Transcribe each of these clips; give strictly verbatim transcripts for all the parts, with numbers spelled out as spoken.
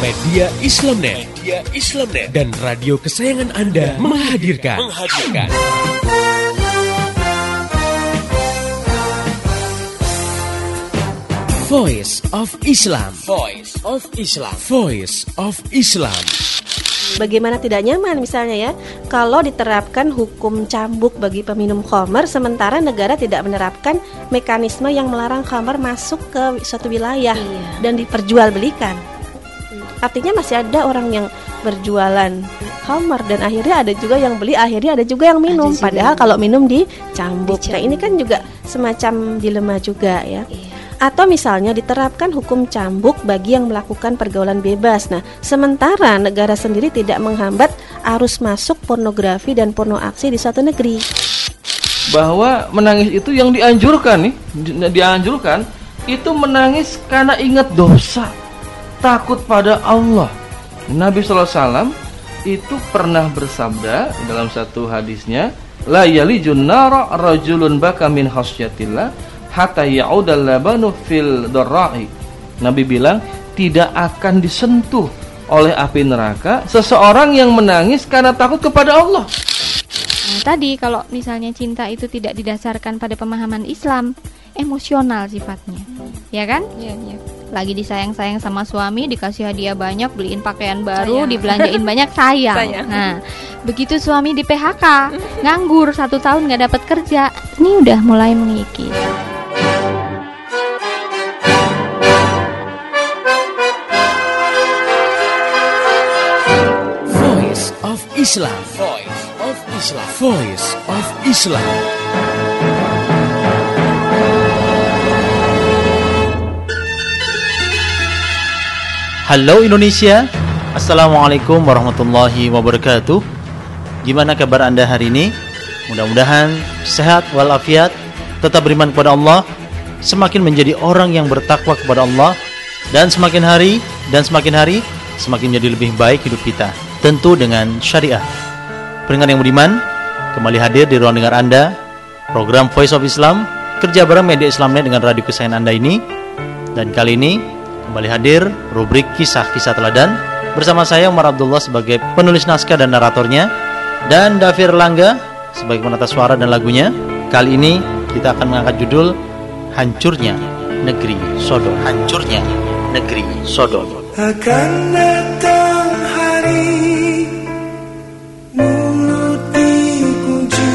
Media Islamnet, Media Islamnet dan radio kesayangan Anda menghadirkan, menghadirkan. Voice of Islam, Voice of Islam, Voice of Islam. Bagaimana tidak nyaman misalnya ya kalau diterapkan hukum cambuk bagi peminum khamar sementara negara tidak menerapkan mekanisme yang melarang khamar masuk ke suatu wilayah iya. dan diperjualbelikan. Artinya masih ada orang yang berjualan khamar dan akhirnya ada juga yang beli, akhirnya ada juga yang minum. Juga. Padahal kalau minum dicambuk. Nah, ini kan juga semacam dilema juga ya. Iya. Atau misalnya diterapkan hukum cambuk bagi yang melakukan pergaulan bebas. Nah, sementara negara sendiri tidak menghambat arus masuk pornografi dan porno aksi di suatu negeri. Bahwa menangis itu yang dianjurkan nih, dianjurkan itu menangis karena ingat dosa, takut pada Allah. Nabi sallallahu alaihi wasallam itu pernah bersabda dalam satu hadisnya, la yalijun nara rajulun baka min khasyatillah hatta ya'udal labanu fil darra'i. Nabi bilang tidak akan disentuh oleh api neraka seseorang yang menangis karena takut kepada Allah. Nah, tadi kalau misalnya cinta itu tidak didasarkan pada pemahaman Islam, emosional sifatnya, ya kan? Iya, iya. Lagi disayang-sayang sama suami, dikasih hadiah banyak, beliin pakaian baru, sayang. Dibelanjain banyak, sayang. sayang. Nah, begitu suami di P H K, nganggur satu tahun nggak dapat kerja, ini udah mulai mengikis. Islam, Voice of Islam, Voice of Islam. Halo Indonesia, Assalamualaikum warahmatullahi wabarakatuh. Gimana kabar Anda hari ini? Mudah-mudahan sehat walafiat, tetap beriman kepada Allah, semakin menjadi orang yang bertakwa kepada Allah, dan semakin hari dan semakin hari semakin menjadi lebih baik hidup kita, tentu dengan syariah. Pendengar yang budiman, kembali hadir di ruang dengar Anda, program Voice of Islam, kerja bareng Media Islamnet dengan radio kesayangan Anda ini. Dan kali ini kembali hadir rubrik kisah-kisah teladan bersama saya Umar Abdullah sebagai penulis naskah dan naratornya, dan Dafir Langga sebagai penata suara dan lagunya. Kali ini kita akan mengangkat judul Hancurnya Negeri Sodom. Hancurnya Negeri Sodom. Akan datang hari mulut dikunci,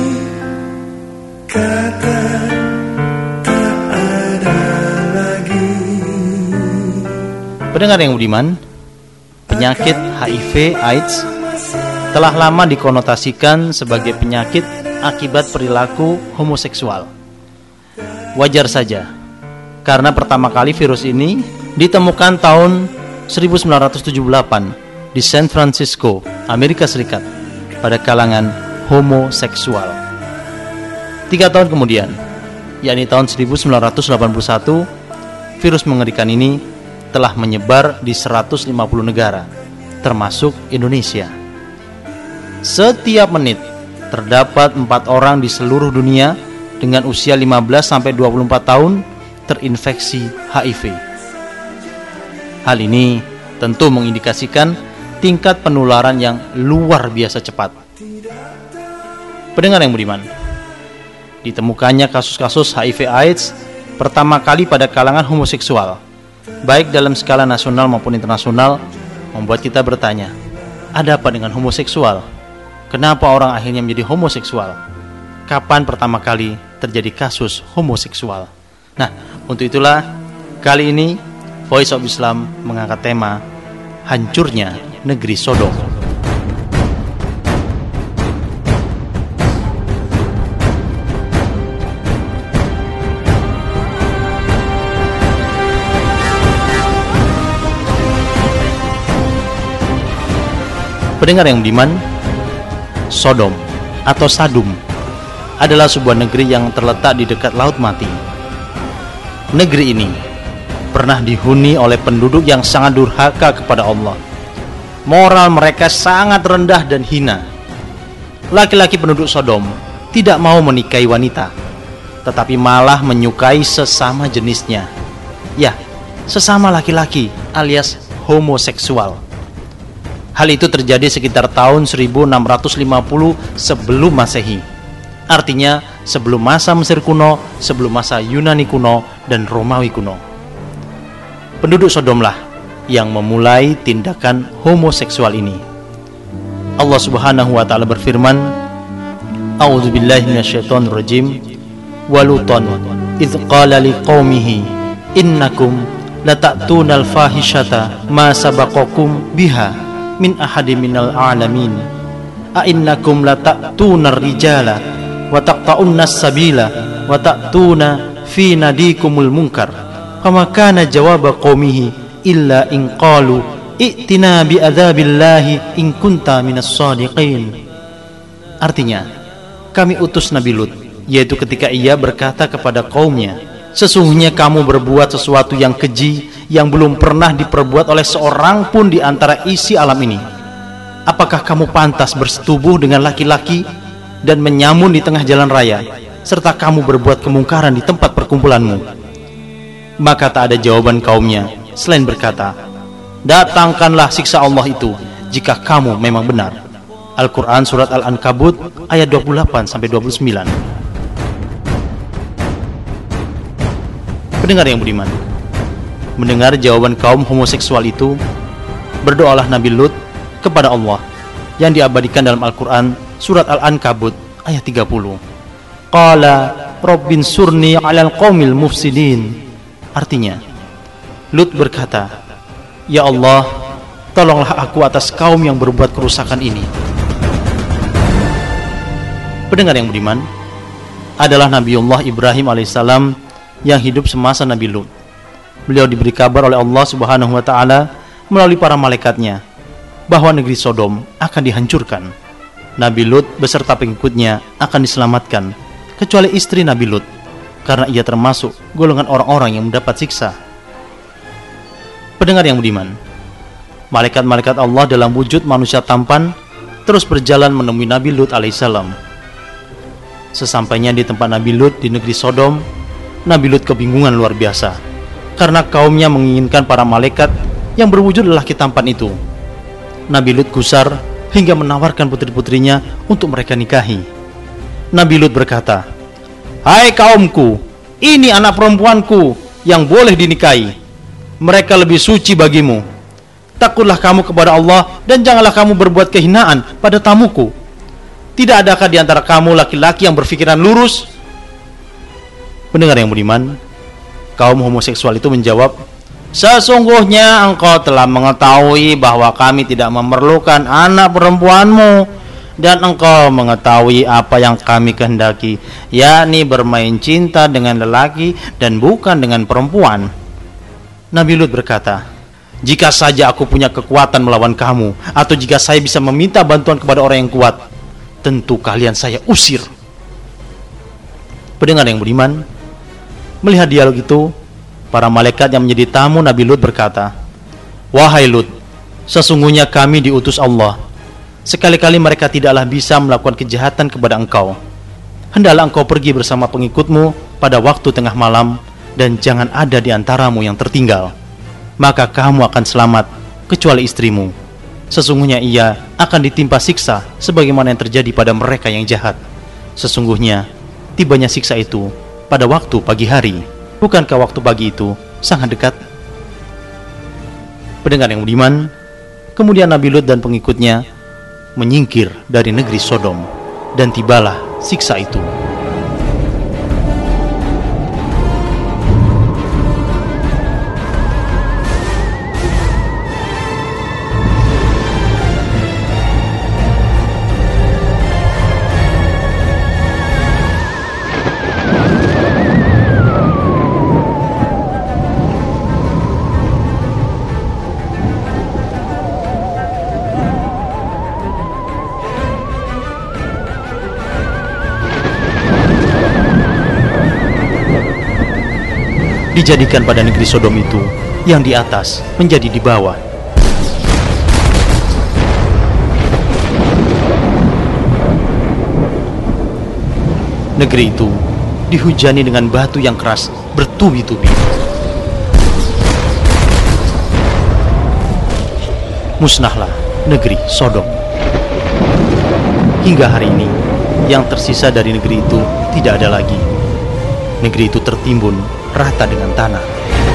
kata tak ada lagi. Pendengar yang budiman, penyakit H I V AIDS telah lama dikonotasikan sebagai penyakit akibat perilaku homoseksual. Wajar saja, karena pertama kali virus ini ditemukan tahun seribu sembilan ratus tujuh puluh delapan di San Francisco, Amerika Serikat, pada kalangan homoseksual. Tiga tahun kemudian, yakni tahun seribu sembilan ratus delapan puluh satu, virus mengerikan ini telah menyebar di seratus lima puluh negara, termasuk Indonesia. Setiap menit terdapat empat orang di seluruh dunia dengan usia lima belas sampai dua puluh empat tahun terinfeksi H I V. Hal ini tentu mengindikasikan tingkat penularan yang luar biasa cepat. Pendengar yang budiman, ditemukannya kasus-kasus H I V AIDS pertama kali pada kalangan homoseksual, baik dalam skala nasional maupun internasional, membuat kita bertanya, ada apa dengan homoseksual? Kenapa orang akhirnya menjadi homoseksual? Kapan pertama kali terjadi kasus homoseksual? Nah, untuk itulah kali ini Voice of Islam mengangkat tema Hancurnya Negeri Sodom. Pendengar yang budiman, Sodom atau Sadum adalah sebuah negeri yang terletak di dekat Laut Mati. Negeri ini pernah dihuni oleh penduduk yang sangat durhaka kepada Allah. Moral mereka sangat rendah dan hina. Laki-laki penduduk Sodom tidak mau menikahi wanita, tetapi malah menyukai sesama jenisnya. Ya, sesama laki-laki alias homoseksual. Hal itu terjadi sekitar tahun seribu enam ratus lima puluh sebelum Masehi. Artinya sebelum masa Mesir kuno, sebelum masa Yunani kuno dan Romawi kuno. Penduduk Sodomlah yang memulai tindakan homoseksual ini. Allah Subhanahu wa taala berfirman, A'udzubillahi minasyaitonirrajim. Waluton idz qala liqaumihi innakum lata'tunal fahishata ma sabaqakum biha min ahadin minal alamin. A innakum lata'tunar rijala wa taqta'unnas sabila wa ta'tuna fi nadikumul munkar. Fama kana jawaba qaumihi illa in qalu i'tina bi adzabillahi in kunta minas shadiqin. Artinya, kami utus Nabi Lut, yaitu ketika ia berkata kepada kaumnya, sesungguhnya kamu berbuat sesuatu yang keji yang belum pernah diperbuat oleh seorang pun di antara isi alam ini. Apakah kamu pantas bersetubuh dengan laki-laki dan menyamun di tengah jalan raya, serta kamu berbuat kemungkaran di tempat perkumpulanmu? Maka tak ada jawaban kaumnya selain berkata, datangkanlah siksa Allah itu jika kamu memang benar. Al-Quran Surat Al-Ankabut ayat dua puluh delapan sampai dua puluh sembilan. Pendengar yang beriman, mendengar jawaban kaum homoseksual itu, berdoalah Nabi Lut kepada Allah yang diabadikan dalam Al-Quran Surat Al-Ankabut ayat tiga puluh. Qala Rabbin surni alal qaumil mufsidin. Artinya, Lut berkata, ya Allah, tolonglah aku atas kaum yang berbuat kerusakan ini. Pendengar yang beriman, adalah Nabiullah Ibrahim alaihissalam yang hidup semasa Nabi Lut. Beliau diberi kabar oleh Allah Subhanahu wa taala melalui para malaikatnya bahwa negeri Sodom akan dihancurkan. Nabi Lut beserta pengikutnya akan diselamatkan, kecuali istri Nabi Lut, karena ia termasuk golongan orang-orang yang mendapat siksa. Pendengar yang beriman, malaikat-malaikat Allah dalam wujud manusia tampan terus berjalan menemui Nabi Lut alaihissalam. Sesampainya di tempat Nabi Lut di negeri Sodom, Nabi Lut kebingungan luar biasa karena kaumnya menginginkan para malaikat yang berwujud lelaki tampan itu. Nabi Lut gusar hingga menawarkan putri-putrinya untuk mereka nikahi. Nabi Lut berkata, hai kaumku, ini anak perempuanku yang boleh dinikahi. Mereka lebih suci bagimu. Takutlah kamu kepada Allah dan janganlah kamu berbuat kehinaan pada tamuku. Tidak adakah di antara kamu laki-laki yang berpikiran lurus? Pendengar yang beriman, kaum homoseksual itu menjawab, sesungguhnya engkau telah mengetahui bahwa kami tidak memerlukan anak perempuanmu, dan engkau mengetahui apa yang kami kehendaki, yakni bermain cinta dengan lelaki dan bukan dengan perempuan. Nabi Lut berkata, jika saja aku punya kekuatan melawan kamu, atau jika saya bisa meminta bantuan kepada orang yang kuat, tentu kalian saya usir. Pendengar yang beriman, melihat dialog itu, para malaikat yang menjadi tamu Nabi Lut berkata, wahai Lut, sesungguhnya kami diutus Allah. Sekali-kali mereka tidaklah bisa melakukan kejahatan kepada engkau. Hendaklah engkau pergi bersama pengikutmu pada waktu tengah malam, dan jangan ada di antaramu yang tertinggal. Maka kamu akan selamat, kecuali istrimu. Sesungguhnya ia akan ditimpa siksa sebagaimana yang terjadi pada mereka yang jahat. Sesungguhnya tibanya siksa itu pada waktu pagi hari. Bukankah waktu pagi itu sangat dekat? Pendengar yang beriman, kemudian Nabi Lut dan pengikutnya menyingkir dari negeri Sodom, dan tibalah siksa itu. Dijadikan pada negeri Sodom itu yang di atas menjadi di bawah. Negeri itu dihujani dengan batu yang keras bertubi-tubi. musnahlah negeri Sodom. Hingga hari ini, yang tersisa dari negeri itu tidak ada lagi. Negeri itu tertimbun rata dengan tanah.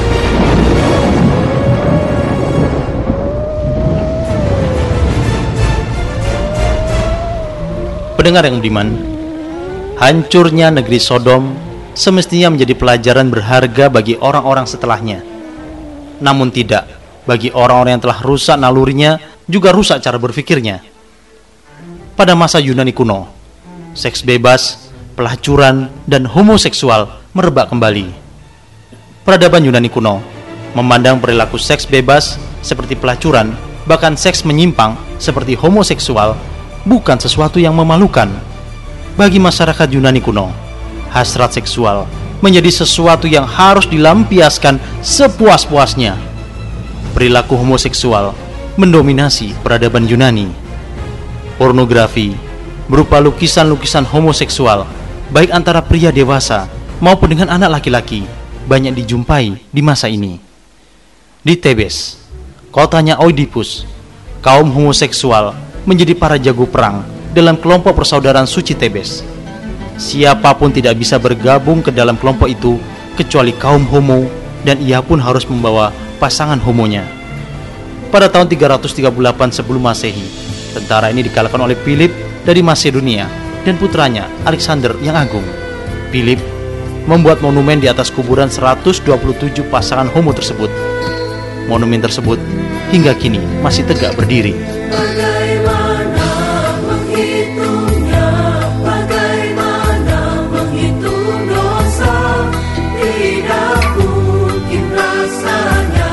Pendengar yang budiman, hancurnya negeri Sodom semestinya menjadi pelajaran berharga bagi orang-orang setelahnya. Namun tidak, bagi orang-orang yang telah rusak nalurinya, juga rusak cara berpikirnya. Pada masa Yunani kuno, seks bebas, pelacuran, dan homoseksual merebak kembali. Peradaban Yunani kuno memandang perilaku seks bebas seperti pelacuran, bahkan seks menyimpang seperti homoseksual, bukan sesuatu yang memalukan. Bagi masyarakat Yunani kuno, hasrat seksual menjadi sesuatu yang harus dilampiaskan sepuas-puasnya. Perilaku homoseksual mendominasi peradaban Yunani. Pornografi berupa lukisan-lukisan homoseksual, baik antara pria dewasa maupun dengan anak laki-laki, banyak dijumpai di masa ini. Di Tebes, kotanya Oidipus, kaum homoseksual menjadi para jago perang dalam kelompok persaudaraan suci Tebes. Siapapun tidak bisa bergabung ke dalam kelompok itu kecuali kaum homo, dan ia pun harus membawa pasangan homonya. Pada tahun tiga ratus tiga puluh delapan sebelum Masehi, tentara ini dikalahkan oleh Philip dari Masedonia dan putranya Alexander yang Agung. Philip membuat monumen di atas kuburan seratus dua puluh tujuh pasangan homo tersebut. Monumen tersebut hingga kini masih tegak berdiri. Bagaimana menghitungnya, bagaimana menghitung dosa, tidak mungkin rasanya,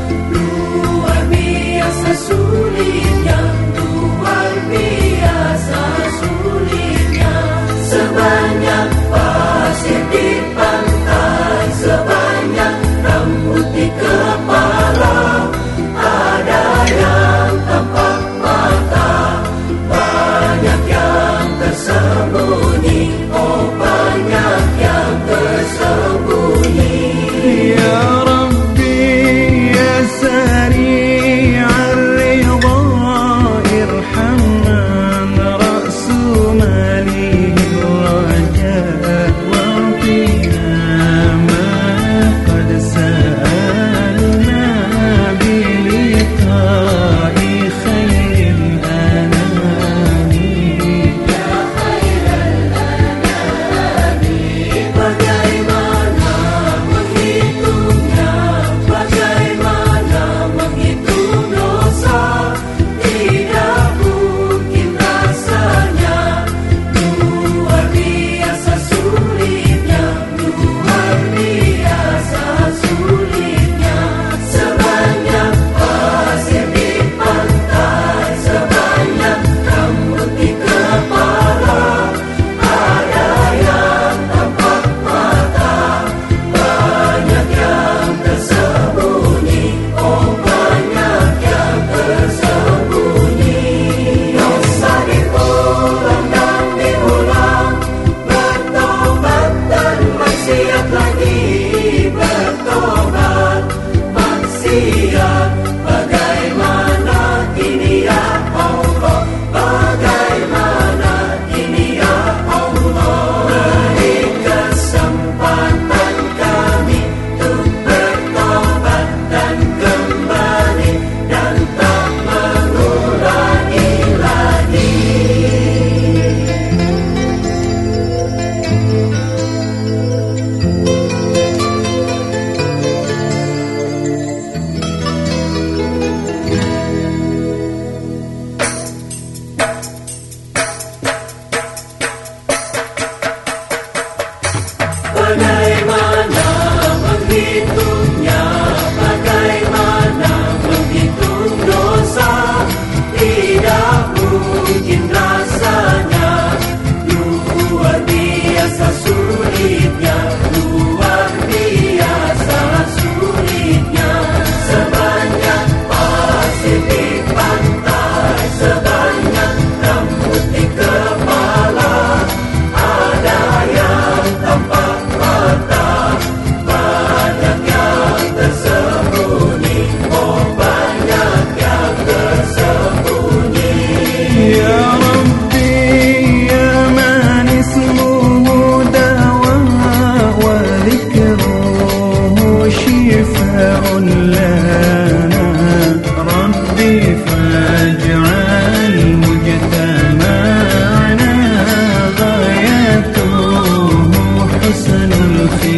luar biasa sulitnya, luar biasa sulitnya. Sebanyak pasir di pantai, sebanyak rambut di kepala, ada yang tampak malu.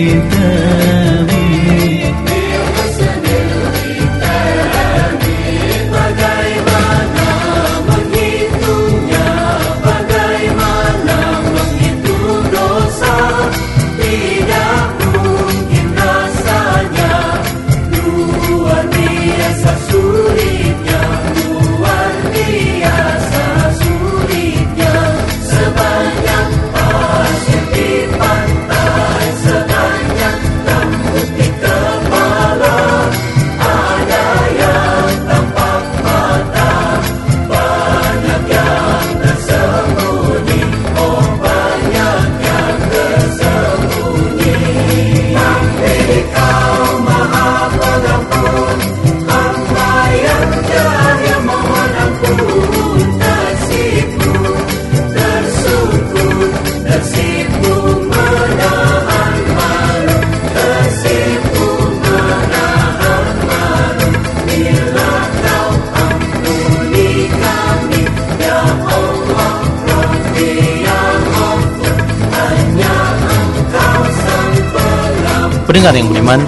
Pendengar yang beriman,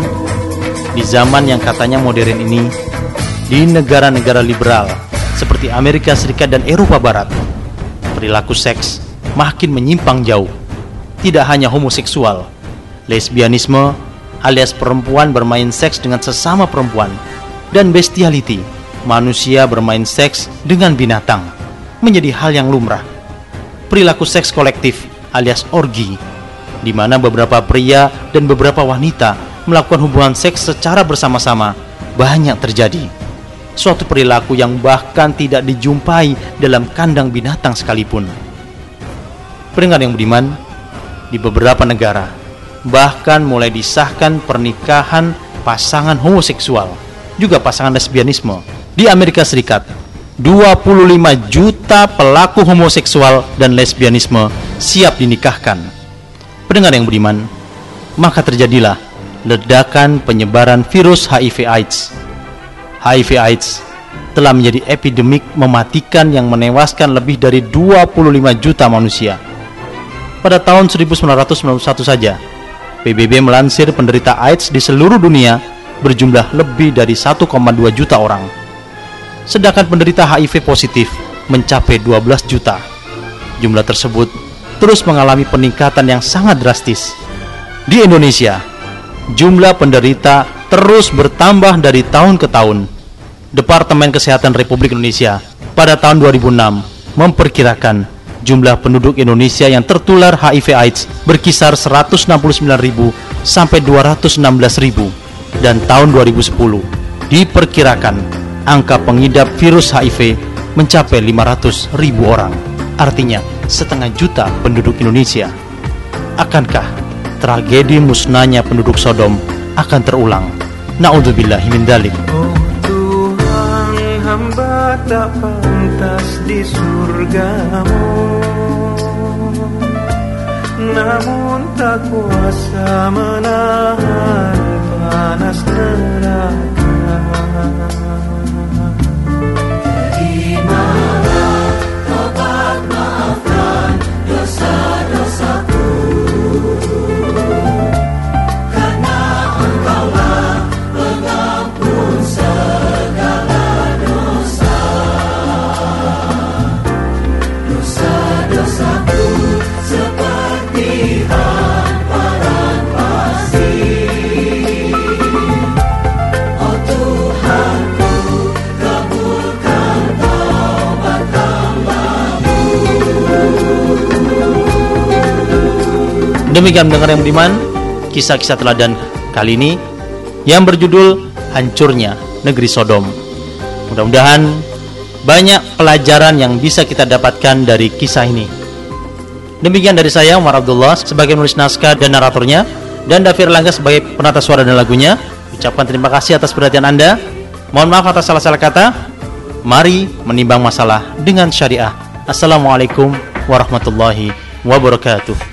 di zaman yang katanya modern ini, di negara-negara liberal seperti Amerika Serikat dan Eropa Barat, perilaku seks makin menyimpang jauh. Tidak hanya homoseksual, lesbianisme alias perempuan bermain seks dengan sesama perempuan, dan bestiality, manusia bermain seks dengan binatang, menjadi hal yang lumrah. Perilaku seks kolektif alias orgi, di mana beberapa pria dan beberapa wanita melakukan hubungan seks secara bersama-sama, banyak terjadi. Suatu perilaku yang bahkan tidak dijumpai dalam kandang binatang sekalipun. Pendengar yang beriman, di beberapa negara bahkan mulai disahkan pernikahan pasangan homoseksual, juga pasangan lesbianisme. Di Amerika Serikat, dua puluh lima juta pelaku homoseksual dan lesbianisme siap dinikahkan. Pendengar yang beriman, maka terjadilah ledakan penyebaran virus H I V AIDS. H I V AIDS telah menjadi epidemik mematikan yang menewaskan lebih dari dua puluh lima juta manusia. Pada tahun seribu sembilan ratus sembilan puluh satu saja, P B B melansir penderita AIDS di seluruh dunia berjumlah lebih dari satu koma dua juta orang. Sedangkan penderita H I V positif mencapai dua belas juta. Jumlah tersebut terus mengalami peningkatan yang sangat drastis. Di Indonesia, jumlah penderita terus bertambah dari tahun ke tahun. Departemen Kesehatan Republik Indonesia pada tahun dua ribu enam memperkirakan jumlah penduduk Indonesia yang tertular H I V AIDS berkisar seratus enam puluh sembilan ribu sampai dua ratus enam belas ribu, dan tahun dua ribu sepuluh diperkirakan angka pengidap virus H I V mencapai lima ratus ribu orang. Artinya setengah juta penduduk Indonesia. Akankah tragedi musnahnya penduduk Sodom akan terulang? Na'udzubillahi min dzalik. Oh Tuhan, hamba tak pantas di surgamu, namun tak kuasa menahan panas neraka. Terimalah tobat, maafkan dosa-dosaku, karena Engkaulah pengampun segala dosa. Dosa-dosaku seperti hamparan pasir. Oh Tuhanku, kabulkan taubat hamba-Mu. Demikian pendengar yang beriman, kisah-kisah teladan kali ini yang berjudul Hancurnya Negeri Sodom. Mudah-mudahan banyak pelajaran yang bisa kita dapatkan dari kisah ini. Demikian dari saya, Umar Abdullah, sebagai penulis naskah dan naratornya, dan Dafir Langga sebagai penata suara dan lagunya. Ucapkan terima kasih atas perhatian Anda. Mohon maaf atas salah-salah kata. Mari menimbang masalah dengan syariah. Assalamualaikum warahmatullahi wabarakatuh.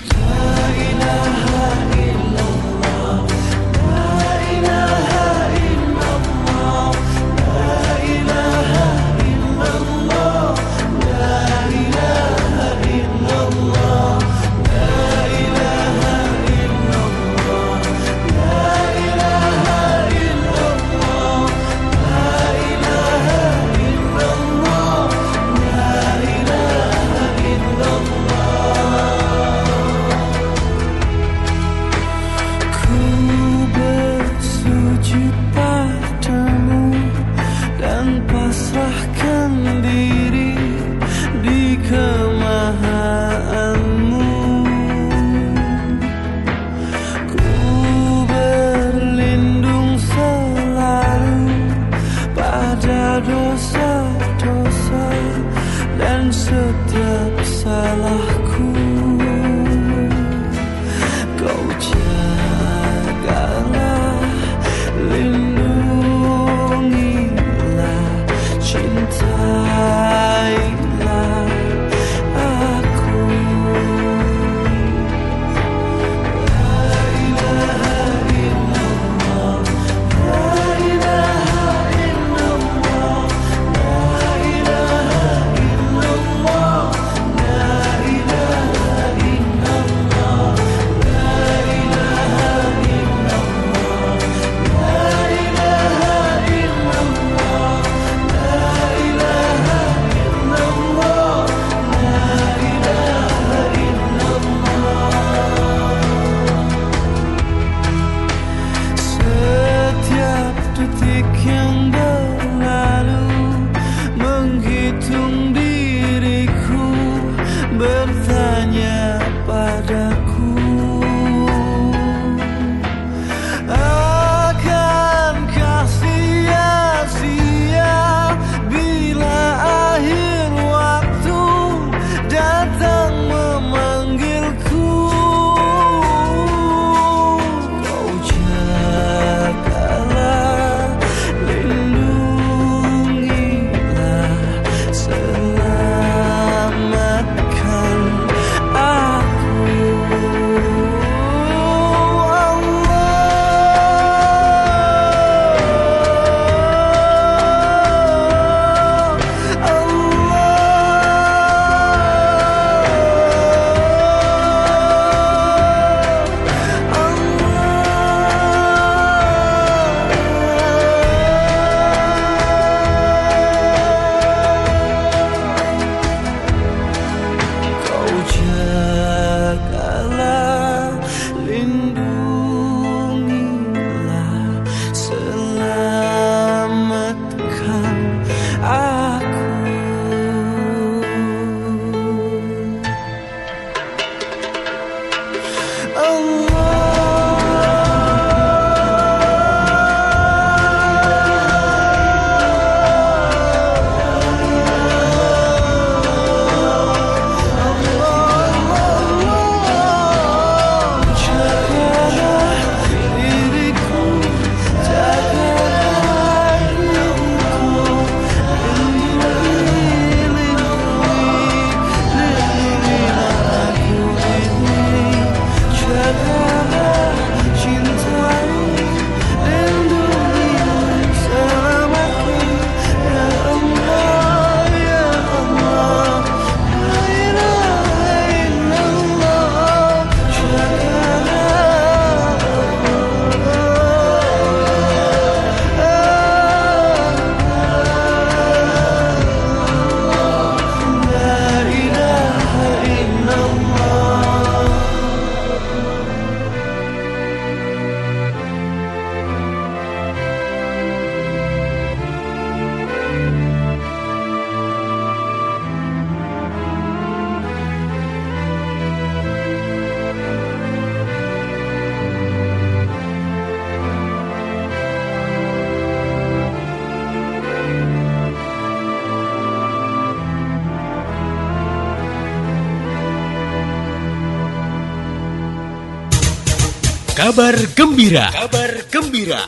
Kabar gembira. Kabar gembira.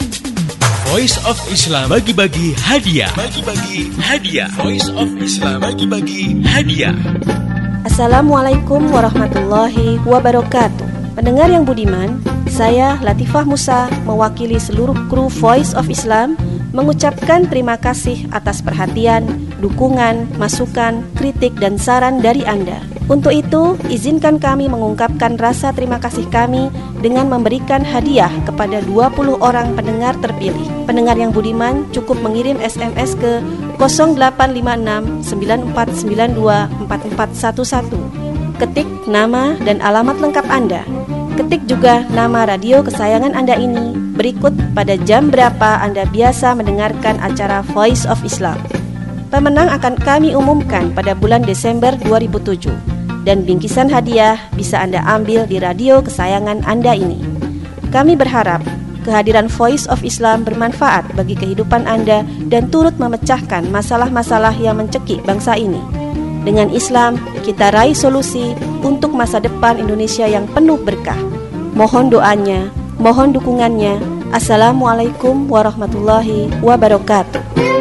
Voice of Islam bagi-bagi hadiah. Bagi-bagi hadiah. Voice of Islam bagi-bagi hadiah. Assalamualaikum warahmatullahi wabarakatuh. Pendengar yang budiman, saya Latifah Musa mewakili seluruh kru Voice of Islam mengucapkan terima kasih atas perhatian, dukungan, masukan, kritik, dan saran dari Anda. Untuk itu, izinkan kami mengungkapkan rasa terima kasih kami dengan memberikan hadiah kepada dua puluh orang pendengar terpilih. Pendengar yang budiman cukup mengirim S M S ke nol delapan lima enam sembilan empat sembilan dua empat empat satu satu. Ketik nama dan alamat lengkap Anda. Ketik juga nama radio kesayangan Anda ini. Berikut pada jam berapa Anda biasa mendengarkan acara Voice of Islam. Pemenang akan kami umumkan pada bulan Desember dua ribu tujuh. Dan bingkisan hadiah bisa Anda ambil di radio kesayangan Anda ini. Kami berharap kehadiran Voice of Islam bermanfaat bagi kehidupan Anda dan turut memecahkan masalah-masalah yang mencekik bangsa ini. Dengan Islam, kita raih solusi untuk masa depan Indonesia yang penuh berkah. Mohon doanya, mohon dukungannya. Assalamualaikum warahmatullahi wabarakatuh.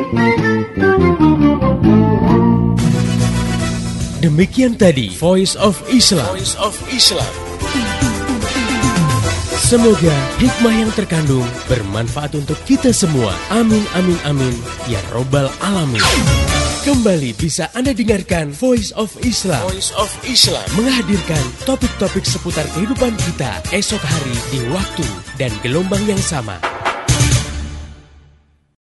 Demikian tadi Voice of Islam. Voice of Islam. Semoga hikmah yang terkandung bermanfaat untuk kita semua. Amin amin amin ya robbal alamin. Kembali bisa Anda dengarkan Voice of Islam. Voice of Islam menghadirkan topik-topik seputar kehidupan kita esok hari di waktu dan gelombang yang sama.